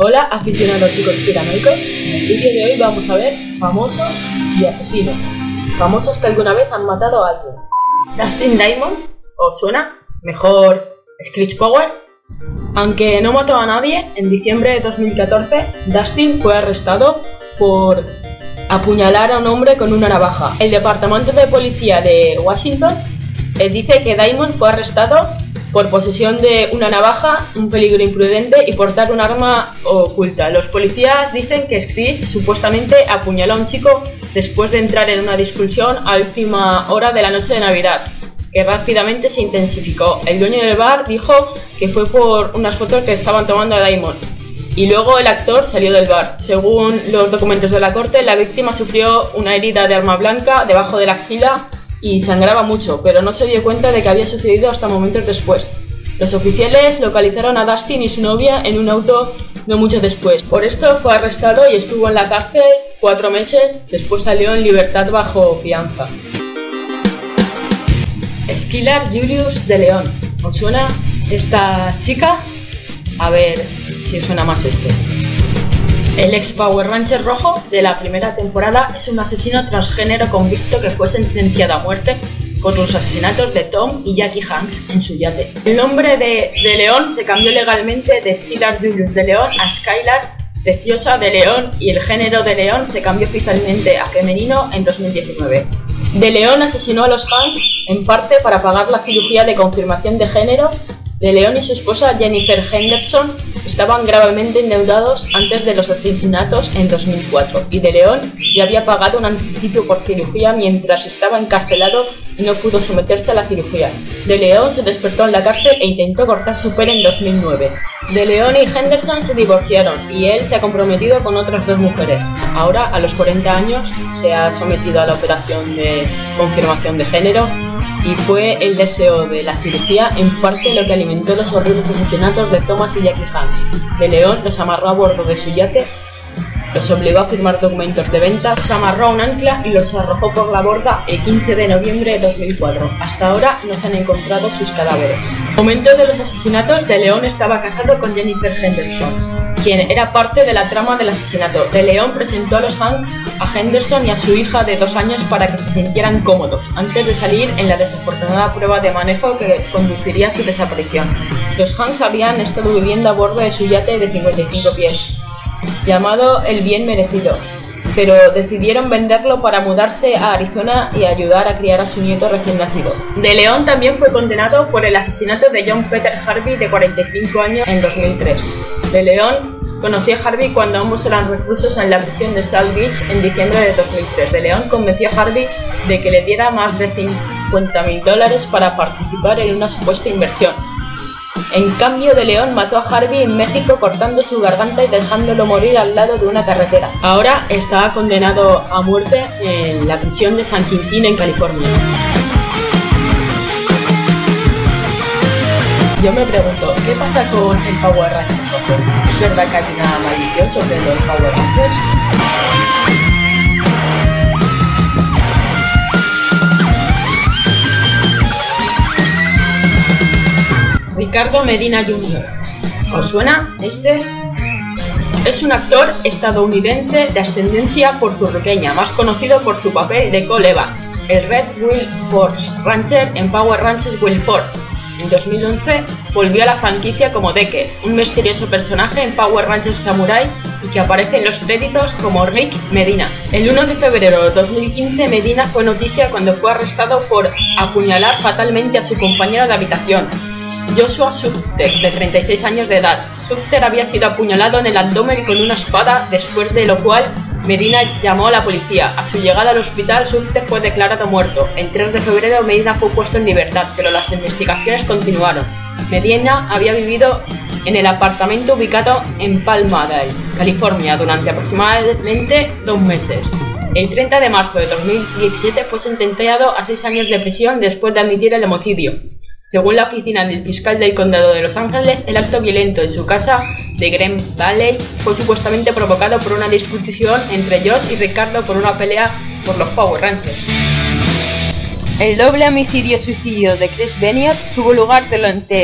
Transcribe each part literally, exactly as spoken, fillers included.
Hola aficionados y conspiranoicos, en el vídeo de hoy vamos a ver famosos y asesinos. Famosos que alguna vez han matado a alguien. Dustin Diamond, ¿os suena? Mejor Screech Power. Aunque no mató a nadie, en diciembre de dos mil catorce Dustin fue arrestado por apuñalar a un hombre con una navaja. El departamento de policía de Washington eh, dice que Diamond fue arrestado por posesión de una navaja, un peligro imprudente y portar un arma oculta. Los policías dicen que Screech supuestamente apuñaló a un chico después de entrar en una discusión a última hora de la noche de Navidad, que rápidamente se intensificó. El dueño del bar dijo que fue por unas fotos que estaban tomando a Diamond, y luego el actor salió del bar. Según los documentos de la corte, la víctima sufrió una herida de arma blanca debajo de la axila y sangraba mucho, pero no se dio cuenta de que había sucedido hasta momentos después. Los oficiales localizaron a Dustin y su novia en un auto no mucho después. Por esto fue arrestado y estuvo en la cárcel cuatro meses, después salió en libertad bajo fianza. Skylar Julius de León. ¿Os suena esta chica? A ver si os suena más este. El ex Power Ranger rojo de la primera temporada es un asesino transgénero convicto que fue sentenciado a muerte por los asesinatos de Tom y Jackie Hanks en su yate. El nombre de, de León se cambió legalmente de Skylar Julius de León a Skylar Preciosa de León, y el género de León se cambió oficialmente a femenino en dos mil diecinueve. De León asesinó a los Hanks en parte para pagar la cirugía de confirmación de género. De León y su esposa Jennifer Henderson estaban gravemente endeudados antes de los asesinatos en dos mil cuatro, y De León ya había pagado un anticipo por cirugía mientras estaba encarcelado y no pudo someterse a la cirugía. De León se despertó en la cárcel e intentó cortar su pelo en dos mil nueve. De León y Henderson se divorciaron y él se ha comprometido con otras dos mujeres. Ahora, a los cuarenta años, se ha sometido a la operación de confirmación de género, y fue el deseo de la cirugía en parte lo que alimentó los horribles asesinatos de Thomas y Jackie Hanks. De León los amarró a bordo de su yate, los obligó a firmar documentos de venta, los amarró a un ancla y los arrojó por la borda el quince de noviembre de dos mil cuatro. Hasta ahora no se han encontrado sus cadáveres. En el momento de los asesinatos, De León estaba casado con Jennifer Henderson, quien era parte de la trama del asesinato. De León presentó a los Hanks, a Henderson y a su hija de dos años para que se sintieran cómodos, antes de salir en la desafortunada prueba de manejo que conduciría a su desaparición. Los Hanks habían estado viviendo a bordo de su yate de cincuenta y cinco pies, llamado El Bien Merecido, pero decidieron venderlo para mudarse a Arizona y ayudar a criar a su nieto recién nacido. De León también fue condenado por el asesinato de John Peter Harvey, de cuarenta y cinco años, en dos mil tres. De León conoció a Harvey cuando ambos eran reclusos en la prisión de South Beach en diciembre de dos mil tres. De León convenció a Harvey de que le diera más de cincuenta mil dólares para participar en una supuesta inversión. En cambio, De León mató a Harvey en México cortando su garganta y dejándolo morir al lado de una carretera. Ahora está condenado a muerte en la prisión de San Quintín, en California. Yo me pregunto, ¿qué pasa con el Power Ranger rojo? ¿Es verdad que hay una maldición sobre los Power Rangers? Ricardo Medina junior ¿Os suena este? Es un actor estadounidense de ascendencia puertorriqueña, más conocido por su papel de Cole Evans, el Red Will Force Ranger en Power Rangers Will Force. En dos mil once volvió a la franquicia como Decker, un misterioso personaje en Power Rangers Samurai y que aparece en los créditos como Rick Medina. El uno de febrero de dos mil quince, Medina fue noticia cuando fue arrestado por apuñalar fatalmente a su compañero de habitación, Joshua Sufter, de treinta y seis años de edad. Sufter había sido apuñalado en el abdomen con una espada, después de lo cual Medina llamó a la policía. A su llegada al hospital, Sufter fue declarado muerto. El tres de febrero, Medina fue puesto en libertad, pero las investigaciones continuaron. Medina había vivido en el apartamento ubicado en Palmdale, California, durante aproximadamente dos meses. El treinta de marzo de dos mil diecisiete fue sentenciado a seis años de prisión después de admitir el homicidio. Según la oficina del fiscal del condado de Los Ángeles, el acto violento en su casa de Green Valley fue supuestamente provocado por una discusión entre Josh y Ricardo por una pelea por los Power Rangers. El doble homicidio-suicidio de Chris Benoit tuvo lugar durante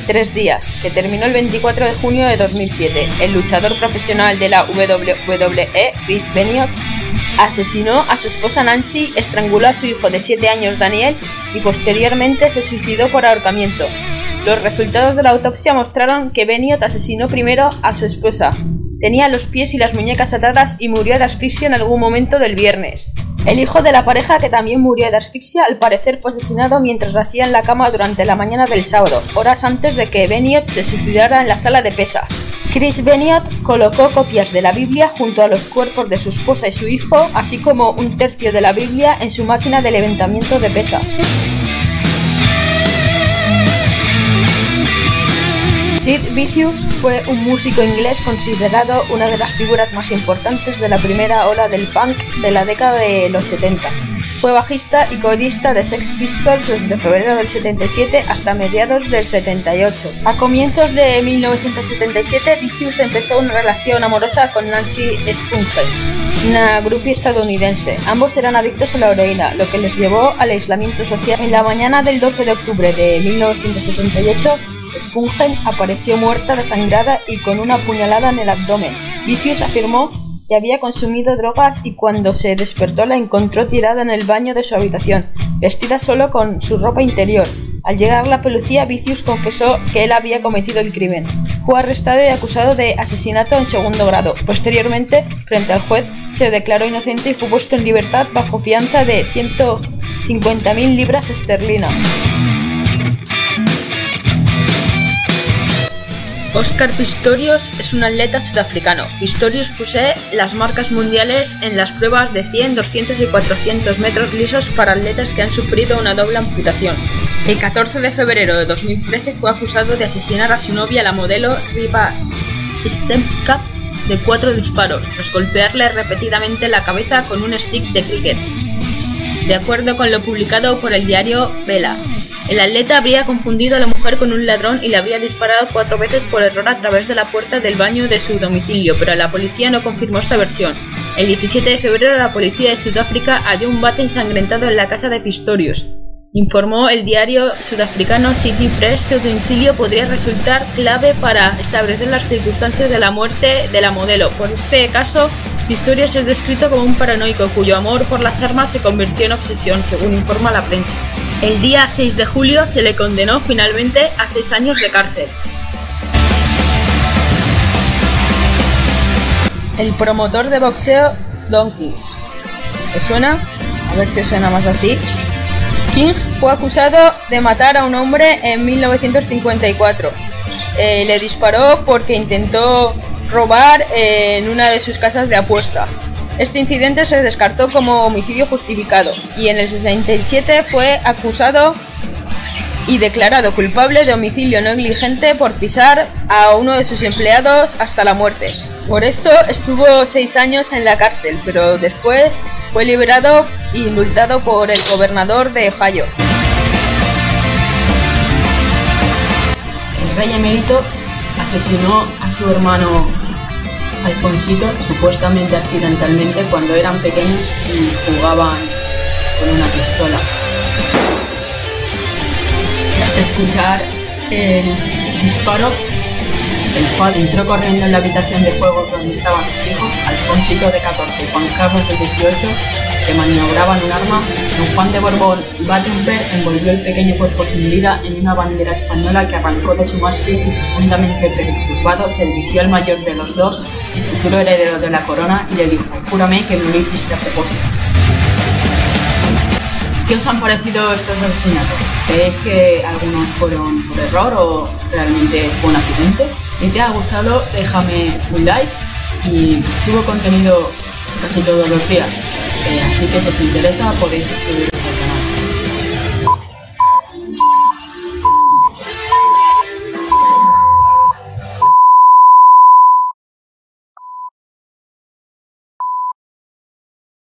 tres días, que terminó el veinticuatro de junio de dos mil siete. El luchador profesional de la W W E, Chris Benoit, asesinó a su esposa Nancy, estranguló a su hijo de siete años Daniel y posteriormente se suicidó por ahorcamiento. Los resultados de la autopsia mostraron que Benoit asesinó primero a su esposa. Tenía los pies y las muñecas atadas y murió de asfixia en algún momento del viernes. El hijo de la pareja, que también murió de asfixia, al parecer fue asesinado mientras yacía en la cama durante la mañana del sábado, horas antes de que Benoit se suicidara en la sala de pesas. Chris Benoit colocó copias de la Biblia junto a los cuerpos de su esposa y su hijo, así como un tercio de la Biblia en su máquina de levantamiento de pesas. Sid Vicious fue un músico inglés considerado una de las figuras más importantes de la primera ola del punk de la década de los setenta. Fue bajista y corista de Sex Pistols desde febrero del setenta y siete hasta mediados del setenta y ocho. A comienzos de mil novecientos setenta y siete, Vicious empezó una relación amorosa con Nancy Spungen, una groupie estadounidense. Ambos eran adictos a la heroína, lo que les llevó al aislamiento social. En la mañana del doce de octubre de mil novecientos setenta y ocho, Spungen apareció muerta, desangrada y con una puñalada en el abdomen. Vicious afirmó que había consumido drogas y cuando se despertó la encontró tirada en el baño de su habitación, vestida solo con su ropa interior. Al llegar la policía, Vicious confesó que él había cometido el crimen. Fue arrestado y acusado de asesinato en segundo grado. Posteriormente, frente al juez, se declaró inocente y fue puesto en libertad bajo fianza de ciento cincuenta mil libras esterlinas. Oscar Pistorius es un atleta sudafricano. Pistorius posee las marcas mundiales en las pruebas de cien, doscientos y cuatrocientos metros lisos para atletas que han sufrido una doble amputación. El catorce de febrero de dos mil trece fue acusado de asesinar a su novia, la modelo Riva Steenkamp, de cuatro disparos, tras golpearle repetidamente la cabeza con un stick de cricket. De acuerdo con lo publicado por el diario Vela, el atleta habría confundido a la mujer con un ladrón y le habría disparado cuatro veces por error a través de la puerta del baño de su domicilio, pero la policía no confirmó esta versión. El diecisiete de febrero, la policía de Sudáfrica halló un bate ensangrentado en la casa de Pistorius. Informó el diario sudafricano City Press que el utensilio podría resultar clave para establecer las circunstancias de la muerte de la modelo. Por este caso, Pistorius es descrito como un paranoico cuyo amor por las armas se convirtió en obsesión, según informa la prensa. El día seis de julio se le condenó finalmente a seis años de cárcel. El promotor de boxeo Don King. ¿Os suena? A ver si os suena más así. King fue acusado de matar a un hombre en mil novecientos cincuenta y cuatro. Eh, le disparó porque intentó robar en una de sus casas de apuestas. Este incidente se descartó como homicidio justificado y en el sesenta y siete fue acusado y declarado culpable de homicidio negligente por pisar a uno de sus empleados hasta la muerte. Por esto estuvo seis años en la cárcel, pero después fue liberado e indultado por el gobernador de Ohio. El rey emérito asesinó a su hermano Alfonsito, supuestamente accidentalmente, cuando eran pequeños y jugaban con una pistola. Tras escuchar el disparo, el padre entró corriendo en la habitación de juegos donde estaban sus hijos, Alfonsito de catorce y Juan Carlos de dieciocho, que maniobraban un arma. Don Juan de Borbón y Battenberg envolvió el pequeño cuerpo sin vida en una bandera española que arrancó de su mástil y, profundamente perturbado, se dirigió al mayor de los dos, el futuro heredero de la corona, y le dijo: júrame que no lo hiciste a propósito. ¿Qué os han parecido estos asesinatos? ¿Creéis que algunos fueron por error o realmente fue un accidente? Si te ha gustado, déjame un like y subo contenido casi todos los días. Eh, así que si os interesa podéis suscribiros al canal.